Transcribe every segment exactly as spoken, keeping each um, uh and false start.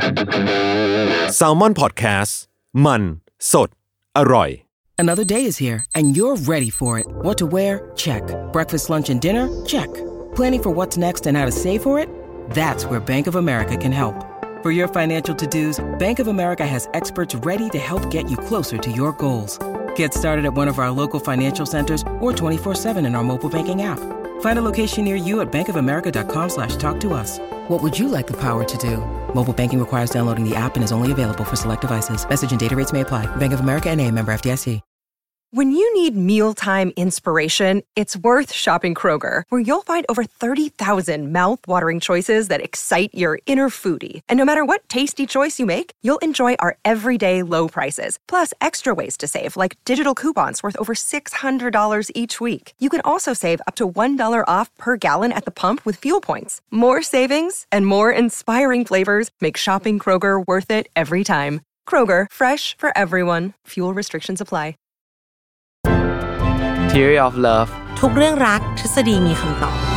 Salmon Podcast มันสดอร่อย Another day is here and you're ready for it. What to wear? Check. Breakfast, lunch and dinner? Check. Planning for what's next and how to save for it? That's where Bank of America can help. For your financial to-dos, Bank of America has experts ready to help get you closer to your goals. Get started at one of our local financial centers or twenty-four seven in our mobile banking app. Find a location near you at bankofamerica.com slash talk to us. What would you like the power to do? Mobile banking requires downloading the app and is only available for select devices. Message and data rates may apply. Bank of America N A, member F D I C. When you need mealtime inspiration, it's worth shopping Kroger, where you'll find over thirty thousand mouth-watering choices that excite your inner foodie. And no matter what tasty choice you make, you'll enjoy our everyday low prices, plus extra ways to save, like digital coupons worth over six hundred dollars each week. You can also save up to one dollar off per gallon at the pump with fuel points. More savings and more inspiring flavors make shopping Kroger worth it every time. Kroger, fresh for everyone. Fuel restrictions apply. Theory of Love ทุกเรื่องรักทฤษฎีมีคำตอบ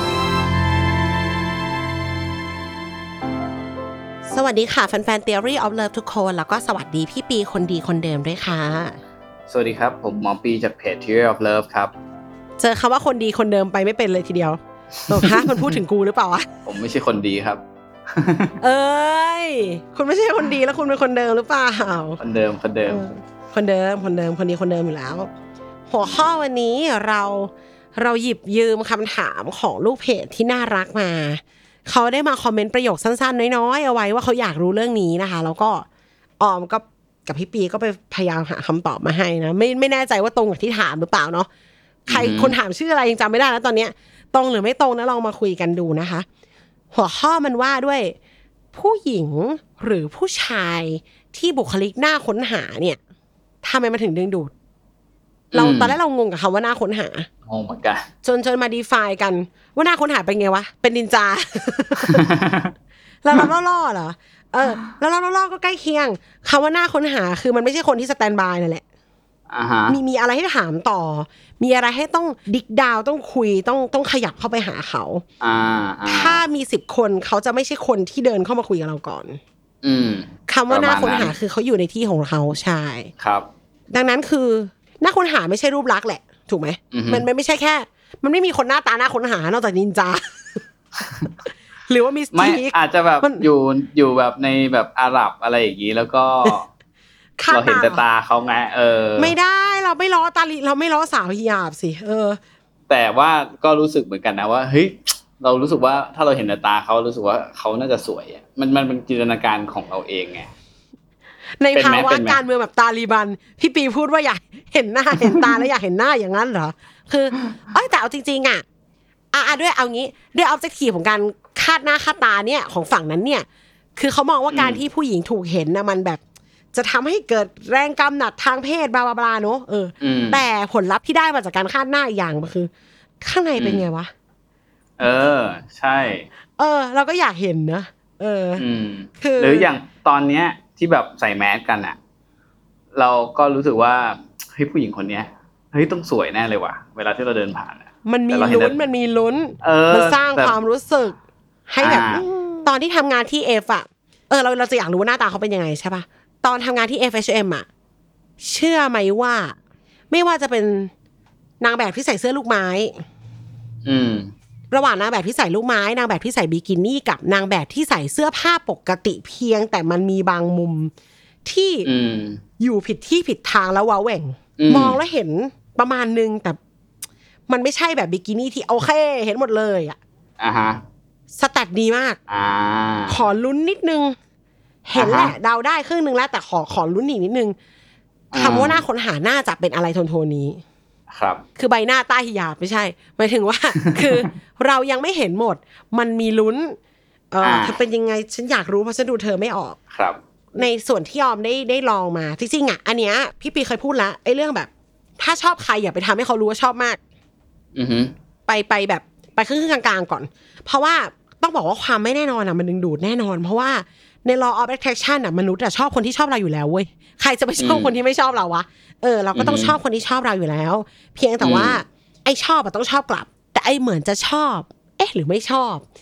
สวัสดีค่ะแฟนๆ Theory of Love ทุกคนแล้วก็สวัสดีพี่ปีคนดีคนเดิมด้วยค่ะสวัสดีครับผมหมอปีจากเพจ Theory of Love ครับเจอคำว่าคนดีคนเดิมไปไม่เป็นเลยทีเดียวตรงฮะมันพูดถึงกูหรือเปล่าวะผมไม่ใช่คนดีครับเอ้ยคุณไม่ใช่คนดีแล้วคุณเป็นคนเดิมหรือเปล่าคนเดิมคนเดิมคนเดิมคนเดิมคนดีคนเดิมอยู่แล้วหัวข้อวันนี้เราเราหยิบยืมคำถามของลูกเพจที่น่ารักมาเขาได้มาคอมเมนต์ประโยคสั้นๆน้อยๆเอาไว้ว่าเขาอยากรู้เรื่องนี้นะคะแล้วก็ออมก็กับพี่ปีก็ไปพยายามหาคำตอบมาให้นะไม่ไม่แน่ใจว่าตรงกับที่ถามหรือเปล่าเนาะใครคนถามชื่ออะไรยังจำไม่ได้แล้วตอนเนี้ยตรงหรือไม่ตรงนะลองมาคุยกันดูนะคะหัวข้อมันว่าด้วยผู้หญิงหรือผู้ชายที่บุคลิกน่าค้นหาเนี่ยทำไมมันถึงดึงดูดเราตอนแรกเรางงกับคำว่าน่าค้นหางงเหมือนกันจนจนมาดีไฟน์กันว่าน่าค้นหาเป็นไงวะเป็นนินจา แล้วเราล่อๆเหรอเออแล้วเราล่อๆก็ใกล้เคียงคำว่าน่าค้นหาคือมันไม่ใช่คนที่สแตนด์บายนั่นแหละอ่าฮะมีมีอะไรให้ถามต่อมีอะไรให้ต้องดิกดาวต้องคุยต้องต้องขยับเข้าไปหาเขาอ่าถ้ามีสิบคนเขาจะไม่ใช่คนที่เดินเข้ามาคุยกับเราก่อนอืมคำว่าน่าค้นหาคือเขาอยู่ในที่ของเขาใช่ครับดังนั้นคือน่าค้นหาไม่ใช่รูปลักษณ์แหละถูกไหมมันไม่ใช่แค่มันไม่มีคนหน้าตาน่าค้นหานอกจากนินจา หรือว่ามิสทีกอาจจะแบบอยู่อยู่แบบในแบบอาหรับอะไรอย่างนี้แล้วก็เราเห็นแต่ตาเขาไงเออไม่ได้เราไม่ล้อตาลิเราไม่ล้อสาวฮิญาบสิเออแต่ว่าก็รู้สึกเหมือนกันนะว่าเฮ้ยเรารู้สึกว่าถ้าเราเห็นแต่ตาเขารู้สึกว่าเขาน่าจะสวยอ่ะมันมันเป็นจินตนาการของเราเองไงในภาวะการเมืองแบบตาลีบันพี่ปีพูดว่าอยากเห็นหน้าเห็นตาแล้วอยากเห็นหน้าอย่างนั้นเหรอคือเอ้ยแต่เอาจริงๆอ่ะอ่ะด้วยเอางี้ด้วยออบเจกทีฟของการคาดหน้าคาดตาเนี่ยของฝั่งนั้นเนี่ยคือเขามองว่าการที่ผู้หญิงถูกเห็นนะมันแบบจะทำให้เกิดแรงกำหนัดทางเพศบลาบลาเนอะเออแต่ผลลัพธ์ที่ได้มาจากการคาดหน้าอย่างมันคือข้างในเป็นไงวะเออใช่เออเราก็อยากเห็นนะเออคือหรืออย่างตอนเนี้ยที่แบบใส่แมสกันอ่ะเราก็รู้สึกว่าเฮ้ยผู้หญิงคนเนี้ยเฮ้ยต้องสวยแน่เลยว่ะเวลาที่เราเดินผ่านอ่ะมันมีลุ้นมันมีลุ้นมันสร้างความรู้สึกให้แบบตอนที่ทำงานที่ F อ่ะเออเราเราจะอยากรู้ว่าหน้าตาเขาเป็นยังไงใช่ป่ะตอนทำงานที่ เอฟ เอช เอ็ม อ่ะเชื่อไหมว่าไม่ว่าจะเป็นนางแบบที่ใส่เสื้อลูกไม้อืมระหว่างนางแบบที่ใส่ลูกไม้นางแบบที่ใส่บิกินี่กับนางแบบที่ใส่เสื้อผ้าปกติเพียงแต่มันมีบางมุมที่อยู่ผิดที่ผิดทางแล้วว้าแหว่งมองแล้วเห็นประมาณนึงแต่มันไม่ใช่แบบบิกินี่ที่โอเคเห็นหมดเลยอ่ะอ่าฮะสแตทดีมากอ่าขอลุ้นนิดนึงเห็นแหละเดาได้ครึ่งนึงแล้วแต่ขอขอลุ้นอีกนิดนึงคำว่าหน้าค้นหาน่าจะเป็นอะไรโทนๆนี้ครับคือใบหน้าใต้ฮิญาบไม่ใช่หมายถึงว่า คือเรายังไม่เห็นหมดมันมีลุ้นเออถ้าเป็นยังไงฉันอยากรู้เพราะฉันดูเธอไม่ออกครับในส่วนที่ยอมได้ได้ลองมาจริงๆอ่ะอันเนี้ยพี่ปีเคยพูดแล้วไอ้เรื่องแบบถ้าชอบใครอย่าไปทำให้เขารู้ว่าชอบมากอือฮึไปไปแบบไปครึ่งๆกลางๆก่อนเพราะว่าต้องบอกว่าความไม่แน่นอนอ่ะมันดึงดูดแน่นอนเพราะว่าใน law of attraction อ่ะมนุษย์อ่ะชอบคนที่ชอบเราอยู่แล้วเว้ยใครจะไปชอบคนที่ไม่ชอบเราวะเออเราก็ต้องชอบคนที่ชอบเราอยู่แล้วเพียงแต่ว่าไอ้ชอบอ่ะต้องชอบกลับแต่ไอ้เหมือนจะชอบเอ๊ะหรือไม่ชอบ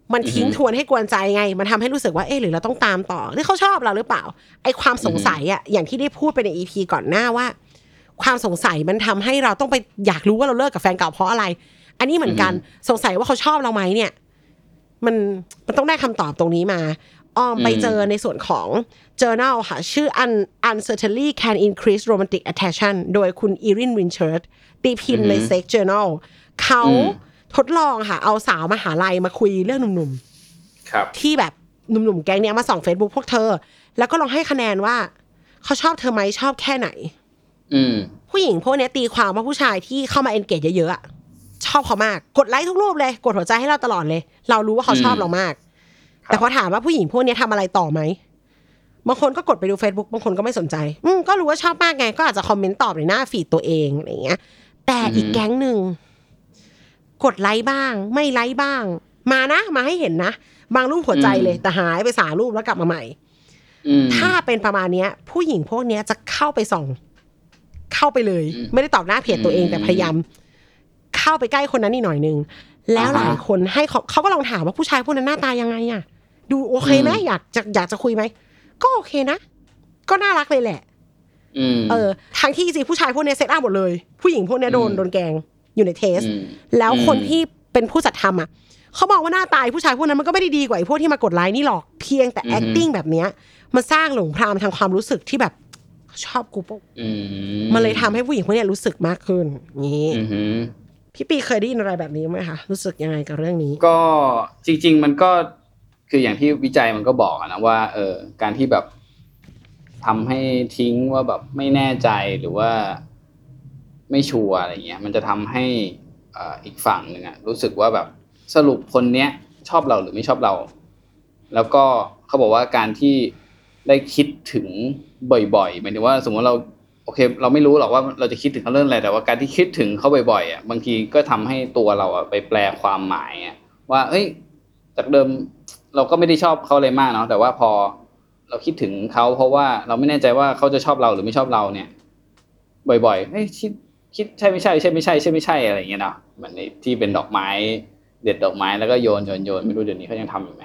มันทิ้งทวนให้กวนใจไงมันทำให้รู้สึกว่าเอ๊ะหรือเราต้องตามต่อหรือเขาชอบเราหรือเปล่าไอ้ความสงสัยอ่ะอย่างที่ได้พูดไปใน อี พี ก่อนหน้าว่าความสงสัยมันทำให้เราต้องไปอยากรู้ว่าเราเลิกกับแฟนเก่าเพราะอะไรอันนี้เหมือนกันสงสัยว่าเขาชอบเราไหมเนี่ยมันมันต้องได้คำตอบตรงนี้มาอ้อมไปเจอในส่วนของ journal ค่ะชื่อ Uncertainty Can Increase Romantic Attraction โดยคุณอีรินวินเชิร์ตตีพิมพ์ใน Sex Journal เขาทดลองค่ะเอาสาวมหาลัยมาคุยเรื่องหนุ่มๆที่แบบหนุ่มๆแก๊งเนี้ยมาส่อง Facebook พวกเธอแล้วก็ลองให้คะแนนว่าเขาชอบเธอไหมชอบแค่ไหนผู้หญิงพวกนี้ตีความว่าผู้ชายที่เข้ามา engage เยอะๆชอบเขามากกดไลค์ทุกรูปเลยกดหัวใจให้เราตลอดเลยเรารู้ว่าเขาชอบเรามากแต่พอถามว่าผู้หญิงพวกนี้ทำอะไรต่อไหมบางคนก็กดไปดู Facebook บางคนก็ไม่สนใจอืมก็รู้ว่าชอบมากไงก็อาจจะคอมเมนต์ตอบในหน้าฟีดตัวเองอะไรอย่างเงี้ยแต่อีกแก๊งนึงกดไลค์บ้างไม่ไลค์บ้างมานะมาให้เห็นนะบางรูปหัวใจเลยแต่หายไปสามรูปแล้วกลับมาใหม่ถ้าเป็นประมาณเนี้ยผู้หญิงพวกเนี้ยจะเข้าไปส่องเข้าไปเลยไม่ได้ตอบหน้าเพจตัวเองแต่พยายามเข้าไปใกล้คนนั้นนิดหน่อยนึงแล้วหลายคนให้เขาเขาก็ลองถามว่าผู้ชายพวกนั้นหน้าตายังไงอ่ะดูโอเคไหมอยากจะอยากจะคุยไหมก็โอเคนะก็น่ารักเลยแหละเออทางที่จริงผู้ชายพวกนี้เซตอัพหมดเลยผู้หญิงพวกนี้โดนโดนแกงอยู่ในเทสแล้วคนที่เป็นผู้จัดทำอ่ะเขาบอกว่าหน้าตาผู้ชายพวกนั้นมันก็ไม่ได้ดีกว่าไอ้พวกที่มากดไลค์นี่หรอกเพียงแต่ acting แบบเนี้ยมันสร้างหลงพรามทางความรู้สึกที่แบบชอบกูปุ๊บมันเลยทำให้ผู้หญิงพวกนี้รู้สึกมากขึ้นนี้พี่ปีเคยได้ยินอะไรแบบนี้ไหมคะรู้สึกยังไงกับเรื่องนี้ก็จริงๆมันก็คืออย่างที่วิจัยมันก็บอกนะว่าเออการที่แบบทำให้ทิ้งว่าแบบไม่แน่ใจหรือว่าไม่ชัวร์อะไรเงี้ยมันจะทำให้อ่าอีกฝั่งนึงอ่ะรู้สึกว่าแบบสรุปคนเนี้ยชอบเราหรือไม่ชอบเราแล้วก็เขาบอกว่าการที่ได้คิดถึงบ่อยๆหมายถึงว่าสมมติเราโอเคเราไม่รู้หรอกว่าเราจะคิดถึงเขาเรื่องอะไรแต่ว่าการที่คิดถึงเขาบ่อยๆอ่ะบางทีก็ทำให้ตัวเราอ่ะไปแปลความหมายอ่ะว่าเอ้ยจากเดิมเราก็ไม่ได้ชอบเขาเลยมากเนาะแต่ว่าพอเราคิดถึงเขาเพราะว่าเราไม่แน่ใจว่าเขาจะชอบเราหรือไม่ชอบเราเนี่ยบ่อยๆเฮ้ยคิดคิดใช่ไม่ใช่ใช่ไม่ใช่ใช่ไม่ใช่อะไรอย่างเงี้ยเนาะเหมือนที่เป็นดอกไม้เด็ดดอกไม้แล้วก็โยนโยนโยนไม่รู้เดี๋ยวนี้เขายังทำอยู่ไหม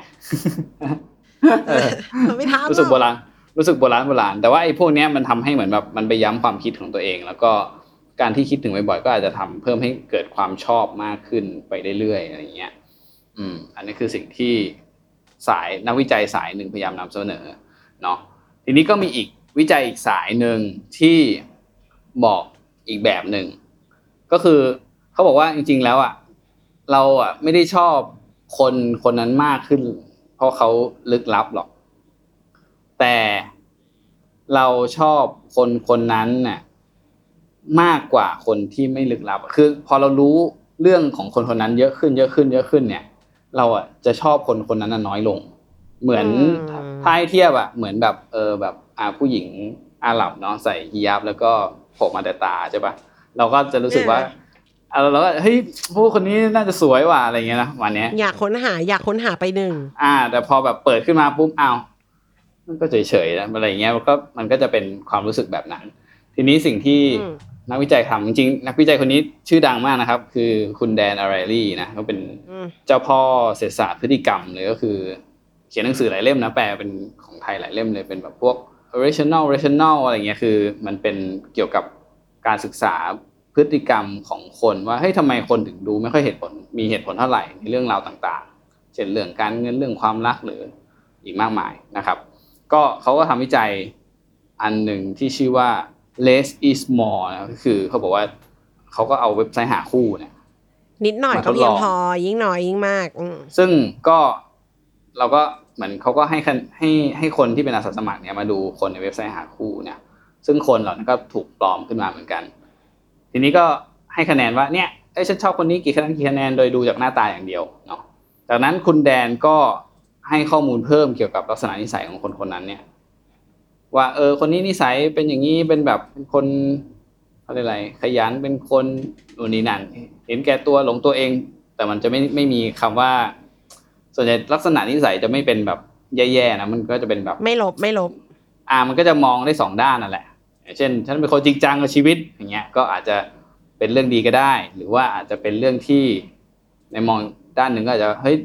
ไม่ทำรู้สึกโบราณรู้สึกโบราณโบราณแต่ว่าไอ้พวกเนี้ยมันทำให้เหมือนแบบมันไปย้ำความคิดของตัวเองแล้วก็การที่คิดถึงบ่อยๆก็อาจจะทำเพิ่มให้เกิดความชอบมากขึ้นไปเรื่อยๆอะไรอย่างเงี้ยอืมอันนี้คือสิ่งที่สายนักวิจัยสายหนึ่งพยายามนำเสนอเนาะทีนี้ก็มีอีกวิจัยอีกสายหนึ่งที่บอกอีกแบบหนึ่งก็คือเขาบอกว่าจริงๆแล้วอ่ะเราอ่ะไม่ได้ชอบคนคนนั้นมากขึ้นเพราะเขาลึกลับหรอกแต่เราชอบคนคนนั้นน่ะมากกว่าคนที่ไม่ลึกลับคือพอเรารู้เรื่องของคนคนนั้นเยอะขึ้นเยอะขึ้นเยอะขึ้นเนี่ยเราอ่ะจะชอบคนคนนั้นน่ะน้อยลงเหมือนถ้าให้เทียบอ่ะเหมือนแบบเออแบบอ่าผู้หญิงอาหรับเนาะใส่ฮิญาบแล้วก็โผล่มาแต่ตาใช่ป่ะเราก็จะรู้สึกว่าเอาแล้วก็เฮ้ยผู้คนนี้น่าจะสวยว่ะอะไรเงี้ยนะวันนี้อยากค้นหาอยากค้นหาไปหนึ่งอ่าแต่พอแบบเปิดขึ้นมาปุ๊บอ้าวมันก็เฉยๆนะอะไรเงี้ยมันก็มันก็จะเป็นความรู้สึกแบบนั้นทีนี้สิ่งที่นักวิจัยทำจริงๆนักวิจัยคนนี้ชื่อดังมากนะครับคือคุณแดนอาไรลี่นะเขาเป็นเจ้าพ่อเศรษฐศาสตร์พฤติกรรมเลยก็คือเขียนหนังสือหลายเล่มนะแปลเป็นของไทยหลายเล่มเลยเป็นแบบพวก rational rational อะไรเงี้ยคือมันเป็นเกี่ยวกับการศึกษาพฤติกรรมของคนว่าเฮ้ยทำไมคนถึงดูไม่ค่อยเหตุผลมีเหตุผลเท่าไหร่ในเรื่องราวต่างๆเช่นเรื่องการเงินเรื่องความรักหรืออีกมากมายนะครับก็เขาก็ทำวิจัยอันหนึ่งที่ชื่อว่า less is more นะก็คือเขาบอกว่าเขาก็เอาเว็บไซต์หาคู่เนี่ยนิดหน่อยก็เพียงพอยิ่งน้อยยิ่งมากซึ่งก็เราก็เหมือนเขาก็ให้ให้ให้คนที่เป็นอาสาสมัครเนี่ยมาดูคนในเว็บไซต์หาคู่เนี่ยซึ่งคนเหล่านั้นก็ถูกปลอมขึ้นมาเหมือนกันทีนี้ก็ให้คะแนนว่าเนี่ยเอ้ยฉันชอบคนนี้กี่คะแนนกี่คะแนนโดยดูจากหน้าตาอย่างเดียวเนาะจากนั้นคุณแดนก็ให้ข้อมูลเพิ่มเกี่ยวกับลักษณะนิสัยของคนคนนั้นเนี่ยว่าเออคนนี้นิสัยเป็นอย่างนี้เป็นแบบเป็นคนอะไรอะไรขยันเป็นคนนู่นนี่นั่นเห็นแก่ตัวหลงตัวเองแต่มันจะไม่ไม่มีคำว่าส่วนใหญ่ลักษณะนิสัยจะไม่เป็นแบบแย่ๆนะมันก็จะเป็นแบบไม่ลบไม่ลบอ่ามันก็จะมองได้สองด้านนั่นแหละเช่นฉันเป็นคนจริงจังกับชีวิตอย่างเงี้ยก็อาจจะเป็นเรื่องดีก็ได้หรือว่าอาจจะเป็นเรื่องที่ในมองด้านหนึ่งก็อาจจะเฮ้ย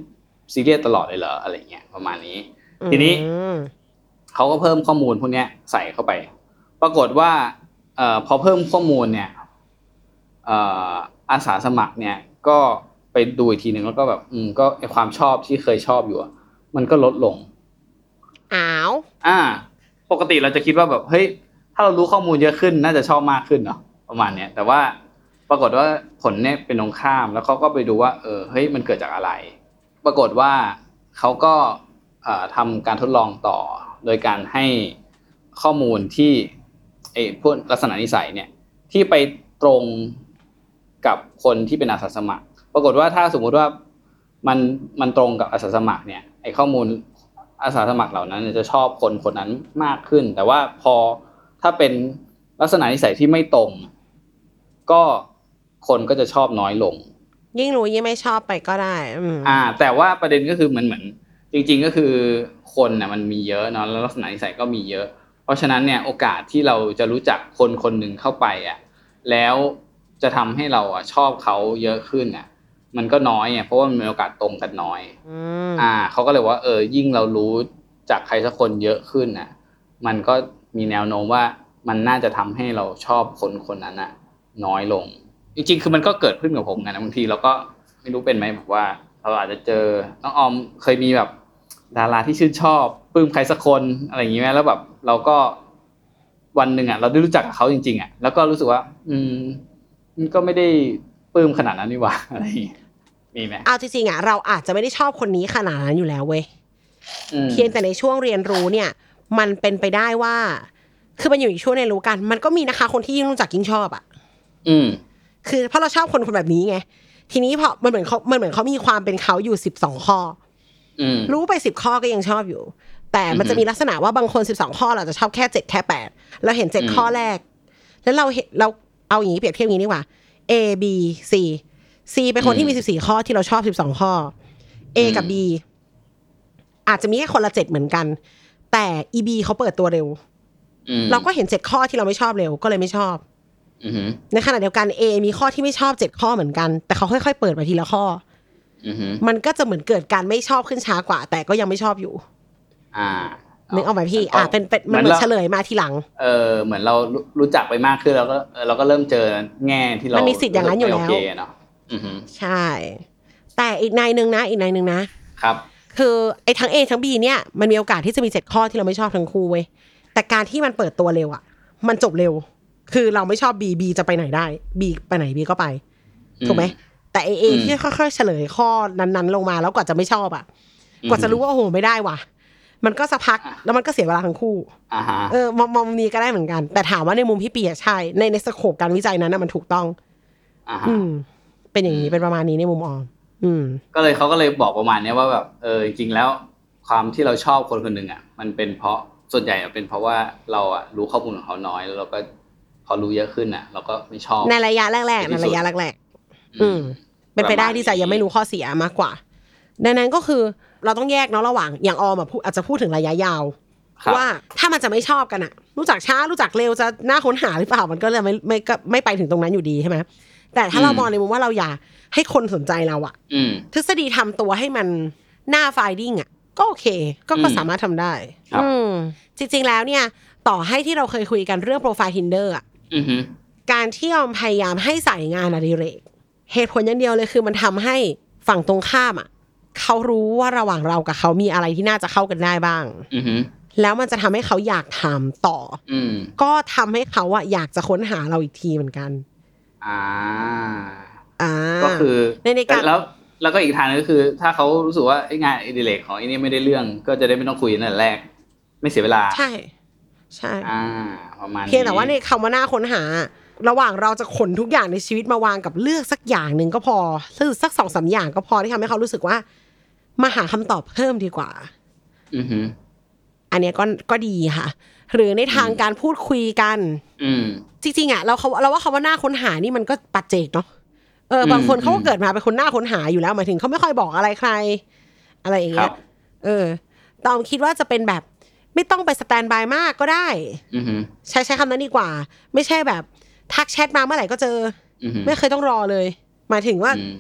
ซีเรียสตลอดเลยเหรออะไรเงี้ยประมาณนี้ทีนี้เขาก็เพิ่มข้อมูลพวกนี้ใส่เข้าไปปรากฏว่าเอ่อพอเพิ่มข้อมูลเนี่ยเอ่ออาสาสมัครเนี่ยก็ไปดูอีกทีนึงแล้วก็แบบอืมก็ไอ้ความชอบที่เคยชอบอยู่มันก็ลดลงอ้าวอ่าปกติเราจะคิดว่าแบบเฮ้ยถ้าเรารู้ข้อมูลเยอะขึ้นน่าจะชอบมากขึ้นเนาะประมาณเนี้ยแต่ว่าปรากฏว่าผลเนี่ยเป็นตรงข้ามแล้วเขาก็ไปดูว่าเออเฮ้ยมันเกิดจากอะไรปรากฏว่าเขาก็ทำการทดลองต่อโดยการให้ข้อมูลที่ไอ้พวกลักษณะนิสัยเนี่ยที่ไปตรงกับคนที่เป็นอาสาสมัครปรากฏว่าถ้าสมมุติว่ามันมันตรงกับอาสาสมัครเนี่ยไอ้ข้อมูลอาสาสมัครเหล่านั้นจะชอบคนคนนั้นมากขึ้นแต่ว่าพอถ้าเป็นลักษณะนิสัยที่ไม่ตรงก็คนก็จะชอบน้อยลงยิ่งรู้ยิ่งไม่ชอบไปก็ได้อ่าแต่ว่าประเด็นก็คือเหมือนเหมือนจริงๆก็คือคนน่ะมันมีเยอะเนาะแล้วลักษณะนิสัยก็มีเยอะเพราะฉะนั้นเนี่ยโอกาสที่เราจะรู้จักคนคนหนึ่งเข้าไปอ่ะแล้วจะทำให้เราอ่ะชอบเขาเยอะขึ้นอ่ะมันก็น้อยอ่ะเพราะว่ามันมีโอกาสตรงกันน้อยอ่าเขาก็เลยว่าเออยิ่งเรารู้จากใครสักคนเยอะขึ้นอ่ะมันก็มีแนวโน้มว่ามันน่าจะทำให้เราชอบคนคนนั้นอ่ะน้อยลงจริงๆคือมันก็เกิดขึ้นกับผมกันนะบางทีเราก็ไม่รู้เป็นไหมแบบว่าเราอาจจะเจอน้องออมเคยมีแบบดาราที่ชื่นชอบปลื้มใครสักคนอะไรอย่างงี้ไหมแล้วแบบเราก็วันหนึ่งอ่ะเราได้รู้จักกับเขาจริงๆอ่ะแล้วก็รู้สึกว่าอืมมันก็ไม่ได้ปลื้มขนาดนั้นนี่หว่าอะไรมีไหมเอาจริงๆอ่ะเราอาจจะไม่ได้ชอบคนนี้ขนาดนั้นอยู่แล้วเว้ยเพียงแต่ในช่วงเรียนรู้เนี่ยมันเป็นไปได้ว่าคือมันอยู่อีกช่วงเรียนรู้กันมันก็มีนะคะคนที่ยิ่งรู้จักยิ่งชอบอ่ะอืมคือเพราะเราชอบคนคนแบบนี้ไงทีนี้พอมันเหมือนเขามันเหมือนเขามีความเป็นเขาอยู่สิบสองข้อรู้ไปสิบข้อก็ยังชอบอยู่แต่มันจะมีลักษณะว่าบางคนสิบสองข้อเราจะชอบแค่เจ็ดแค่แปดเราเห็นเจ็ดข้อแรกแล้วเราเห็นเราเอาอย่างนี้เปรียบเทียบอย่างนี้ดีกว่า A B C C เป็นคนที่มีสิบสี่ข้อที่เราชอบสิบสองข้อ A กับ B อาจจะมีแค่คนละเจ็ดเหมือนกันแต่ อี B เขาเปิดตัวเร็วเราก็เห็นเจ็ดข้อที่เราไม่ชอบเร็วก็เลยไม่ชอบในขณะเดียวกัน A มีข้อที่ไม่ชอบเจ็ดข้อเหมือนกันแต่เขาค่อยๆเปิดมาทีละข้อมันก็จะเหมือนเกิดการไม่ชอบขึ้นช้ากว่าแต่ก็ยังไม่ชอบอยู่อ่านึกออกไหมพี่อ่าเป็นเป็นมันเหมือนเฉลยมาทีหลังเออเหมือนเรารู้จักไปมากขึ้นแล้วก็เราก็เริ่มเจอแง่ที่เรามันมีสิทธิ์อย่างนั้นอยู่แล้วเนาะใช่แต่อีกนายนึงนะอีกนายนึงนะครับคือไอ้ทั้ง A ทั้ง B เนี่ยมันมีโอกาสที่จะมีเจ็ดข้อที่เราไม่ชอบทั้งคู่เว้ยแต่การที่มันเปิดตัวเร็วอ่ะมันจบเร็วคือเราไม่ชอบ B B จะไปไหนได้ B ไปไหน B ก็ไปถูกไหมแต่ A A ที่ค่อยๆเฉลยข้อนั้นๆลงมาแล้วกว่าจะไม่ชอบอ่ะกว่าจะรู้ว่าโอ้โหไม่ได้ว่ะมันก็สักพักแล้วมันก็เสียเวลาทั้งคู่เออมองนี้ก็ได้เหมือนกันแต่ถามว่าในมุมพี่ปีอ่ะใช่ในในสโคปการวิจัยนั้นน่ะมันถูกต้องอืมเป็นอย่างนี้เป็นประมาณนี้ในมุมออมอืมก็เลยเขาก็เลยบอกประมาณนี้ว่าแบบเออจริงๆแล้วความที่เราชอบคนคนหนึ่งอ่ะมันเป็นเพราะส่วนใหญ่เป็นเพราะว่าเราอ่ะรู้ข้อมูลของเขาน้อยแล้วเราก็พอรู้เยอะขึ้นอ่ะเราก็ไม่ชอบในระยะแรกๆในระยะแรกๆอืมเป็นไปได้ที่จะยังไม่รู้ข้อเสียมากกว่าดังนั้นก็คือเราต้องแยกเนาะระหว่างอย่างออมอ่ะอาจจะพูดถึงระยะยาวว่าถ้ามันจะไม่ชอบกันอ่ะรู้จักช้ารู้จักเร็วจะน่าค้นหาหรือเปล่ามันก็เลยไม่ไม่ก็ไม่ไปถึงตรงนั้นอยู่ดีใช่ไหมแต่ถ้าเรามองในมุมว่าเราอยากให้คนสนใจเราอ่ะทฤษฎีทำตัวให้มันหน้าไฟดิ้งอ่ะก็โอเคก็ก็สามารถทำได้อืมจริงๆแล้วเนี่ยต่อให้ที่เราเคยคุยกันเรื่องโปรไฟล์ Tinder อ่ะการที่ออมพยายามให้ใส่งานอดิเรกเหตุผลอย่างเดียวเลยคือมันทำให้ฝั่งตรงข้ามอ่ะเขารู้ว่าระหว่างเรากับเขามีอะไรที่น่าจะเข้ากันได้บ้างแล้วมันจะทำให้เขาอยากถามต่อก็ทำให้เขาอ่ะอยากจะค้นหาเราอีกทีเหมือนกันอ่าอ่าก็คือในการแล้วแล้วก็อีกทางนึงก็คือถ้าเขารู้สึกว่างานอดิเรกของไอ้นี่ไม่ได้เรื่องก็จะได้ไม่ต้องคุยตั้งแต่แรกไม่เสียเวลาใช่ใช่อ่าประมาณนี้เพียงแต่ว่าในคำว่าหน้าค้นหาระหว่างเราจะขนทุกอย่างในชีวิตมาวางกับเลือกสักอย่างนึงก็พอหรือสัก สองสาม อย่างก็พอที่ทำให้เขารู้สึกว่ามาหาคำตอบเพิ่มดีกว่าอือฮึอันนี้ก็ก็ดีค่ะหรือในทางการพูดคุยกันอืมจริงๆอ่ะเราเขาเราว่าคำว่าหน้าค้นหานี่มันก็ปัจเจกเนาะเออบางคนเขาก็เกิดมาเป็นคนหน้าค้นหาอยู่แล้วหมายถึงเขาไม่ค่อยบอกอะไรใครอะไรอย่างเงี้ยเออตอมคิดว่าจะเป็นแบบไม่ต้องไปสแตนบายมากก็ได้ใช้ใช้คำนั้นดีกว่าไม่ใช่แบบทักแชทมาเมื่อไหร่ก็เจอไม่เคยต้องรอเลยหมายถึงว่า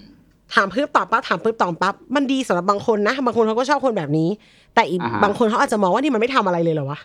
ถามปึ๊บตอบปั๊บถามปึ๊บตอบปั๊บมันดีสำหรับบางคนนะบางคนเขาก็ชอบคนแบบนี้แต่อีกบางคนเขาอาจจะมองว่านี่มันไม่ทำอะไรเลยเหรอวะ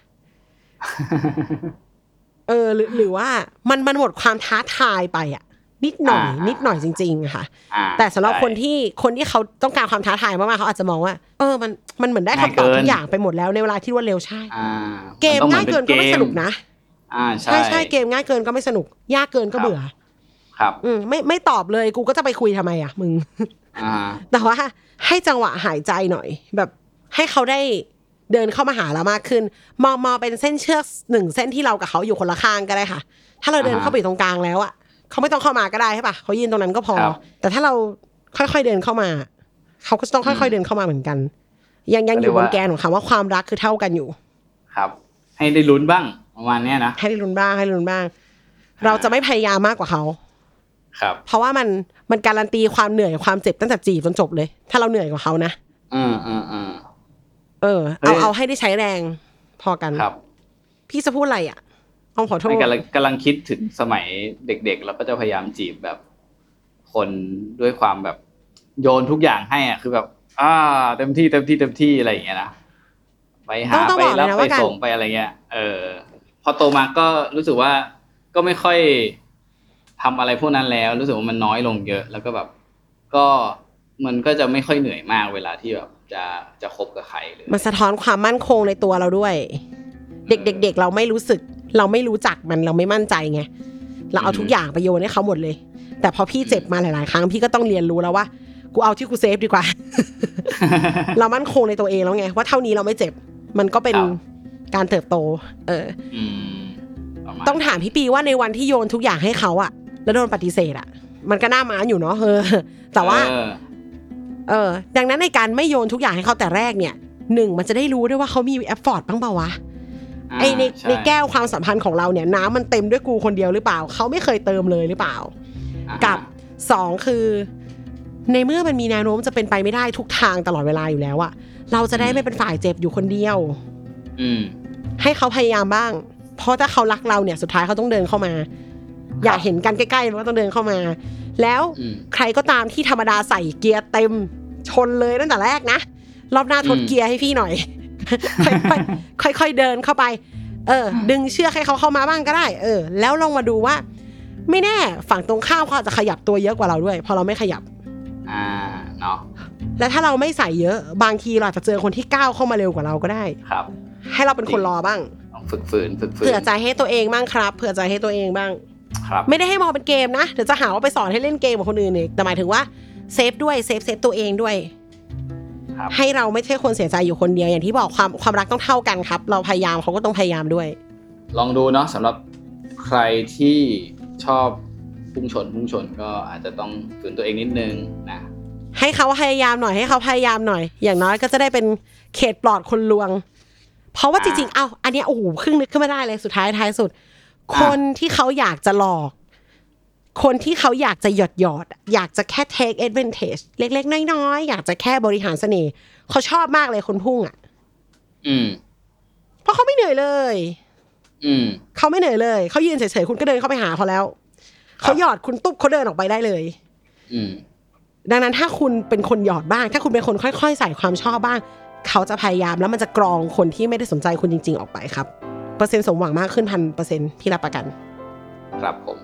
เออหรือหรือว่ามันมันหมดความท้าทายไปอ่ะนิดหน่อยนิดหน่อยจริงๆค่ะแต่สำหรับคนที่คนที่เขาต้องการความท้าทายมากๆเขาอาจจะมองว่าเออมันมันเหมือนได้คำตอบทุกอย่างไปหมดแล้วในเวลาที่รวดเร็วใช่เกมง่ายเกินก็ไม่สนุกนะอ่าใช่ใช่ใช่เกมง่ายเกินก็ไม่สนุกยากเกินก็เบื่อครับอืมไม่ไม่ตอบเลยกูก็จะไปคุยทำไมอ่ะมึงอ่าแต่ว่าให้จังหวะหายใจหน่อยแบบให้เขาได้เดินเข้ามาหาเรามากขึ้นมองมองเป็นเส้นเชือกหนึ่งเส้นที่เรากับเขาอยู่คนละข้างก็ได้ค่ะถ้าเราเดินเข้าไปตรงกลางแล้วอ่ะเขาไม่ต้องเข้ามาก็ได้ใช่ป่ะเขายืนตรงนั้นก็พอแต่ถ้าเราค่อยๆเดินเข้ามาเขาก็ต้องค่อยๆเดินเข้ามาเหมือนกันยังยังอยู่บนแกนของคำว่าความรักคือเท่ากันอยู่ครับให้ได้ลุ้นบ้างประมาณนี้นะให้ได้ลุ้นบ้างให้ลุ้นบ้างเราจะไม่พยายามมากกว่าเขาครับเพราะว่ามันมันการันตีความเหนื่อยความเจ็บตั้งแต่จีบจนจบเลยถ้าเราเหนื่อยกว่าเขานะอืมอืมอืมเออเอาเอาให้ได้ใช้แรงพอกันครับพี่จะพูดอะไรอ่ะเอาขอโทษกำลังกำลังคิดถึงสมัยเด็กๆแล้วก็จะพยายามจีบแบบคนด้วยความแบบโยนทุกอย่างให้อ่ะคือแบบอ่าเต็มที่เต็มที่เต็มที่อะไรอย่างเงี้ยนะไปหาไปรับไปส่งไปอะไรเงี้ยเออพอโตมาก็รู้สึกว่าก็ไม่ค่อยทำอะไรพวกนั้นแล้วรู้สึกว่ามันน้อยลงเยอะแล้วก็แบบก็มันก็จะไม่ค่อยเหนื่อยมากเวลาที่แบบจะจะคบกับใครเลยมันสะท้อนความมั่นคงในตัวเราด้วยเด็กๆเราไม่รู้สึกเราไม่รู้จักมันเราไม่มั่นใจไงเราเอาทุกอย่างไปโยนให้เขาหมดเลยแต่พอพี่เจ็บมาหลายๆครั้งพี่ก็ต้องเรียนรู้แล้วว่ากูเอาที่กูเซฟดีกว่า เรามั่นคงในตัวเองแล้วไงว่าเท่านี้เราไม่เจ็บมันก็เป็นการเติบโตเออต้องถามพี่ปีว่าในวันที่โยนทุกอย่างให้เขาอะแล้วโดนปฏิเสธอะมันก็น่าม้าอยู่เนาะเออแต่ว่าเออดังนั้นในการไม่โยนทุกอย่างให้เขาแต่แรกเนี่ยหนึ่งมันจะได้รู้ด้วยว่าเขามีแอฟฟอร์ตบ้างเปล่าวะไอในในแก้วความสัมพันธ์ของเราเนี่ยน้ำมันเต็มด้วยกูคนเดียวหรือเปล่าเขาไม่เคยเติมเลยหรือเปล่ากับสองคือในเมื่อมันมีแนวโน้มจะเป็นไปไม่ได้ทุกทางตลอดเวลาอยู่แล้วอะเราจะได้ไม่เป็นฝ่ายเจ็บอยู่คนเดียวให้เขาพยายามบ้างเพราะถ้าเขารักเราเนี่ยสุดท้ายเขาต้องเดินเข้ามาอยากเห็นกันใกล้ๆมันก็ต้องเดินเข้ามาแล้วใครก็ตามที่ธรรมดาใส่เกียร์เต็มชนเลยตั้งแต่แรกนะรอบหน้าทดเกียร์ให้พี่หน่อยค่อยๆค่อยๆเดินเข้าไปเออดึงเชือกให้เขาเข้ามาบ้างก็ได้เออแล้วลองมาดูว่าไม่แน่ฝั่งตรงข้ามเขาอาจจะขยับตัวเยอะกว่าเราด้วยพอเราไม่ขยับอ่าเนาะแล้วถ้าเราไม่ใส่เยอะบางทีเราอาจจะเจอคนที่ก้าวเข้ามาเร็วกว่าเราก็ได้ครับให้เราเป็นคนรอบ้างฝึกฝืนฝึกฝืนเผื่อใจให้ตัวเองบ้างครับเผื่อใจให้ตัวเองบ้างครับไม่ได้ให้มองเป็นเกมนะเดี๋ยวจะหาว่าไปสอนให้เล่นเกมกับคนอื่นอีกแต่หมายถึงว่าเซฟด้วยเซฟเซฟตัวเองด้วยให้เราไม่ใช่คนเสียใจอยู่คนเดียวอย่างที่บอกความความรักต้องเท่ากันครับเราพยายามเขาก็ต้องพยายามด้วยลองดูเนาะสำหรับใครที่ชอบพุ่งชนพุ่งชนก็อาจจะต้องฝืนตัวเองนิดนึงนะให้เขาพยายามหน่อยให้เขาพยายามหน่อยอย่างน้อยก็จะได้เป็นเขตปลอดคนลวงเพราะว่าจริงๆเอ้าอันนี้โอ้โหครึ่งนึกขึ้นมาได้เลยสุดท้ายท้ายสุดคนที่เขาอยากจะหลอกคนที่เขาอยากจะหยอดหยอดอยากจะแค่ take advantage เล็กๆน้อยๆอยากจะแค่บริหารเสน่ห์เขาชอบมากเลยคนพุ่งอ่ะอืมเพราะเขาไม่เหนื่อยเลยอืมเขาไม่เหนื่อยเลยเขายืนเฉยๆคุณก็เดินเข้าไปหาเขาแล้วเขาหยอดคุณตุ๊บเขาเดินออกไปได้เลยอืมดังนั้นถ้าคุณเป็นคนหยอดบ้างถ้าคุณเป็นคนค่อยๆใส่ความชอบบ้างเขาจะพยายามแล้วมันจะกรองคนที่ไม่ได้สนใจคุณจริงๆออกไปครับเปอร์เซ็นต์สมหวังมากขึ้น พันเปอร์เซ็นต์ พี่รับประกันครับผม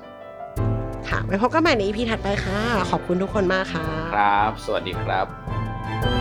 ค่ะไว้พบกันใหม่ใน อี พี ถัดไปค่ะขอบคุณทุกคนมากค่ะครับสวัสดีครับ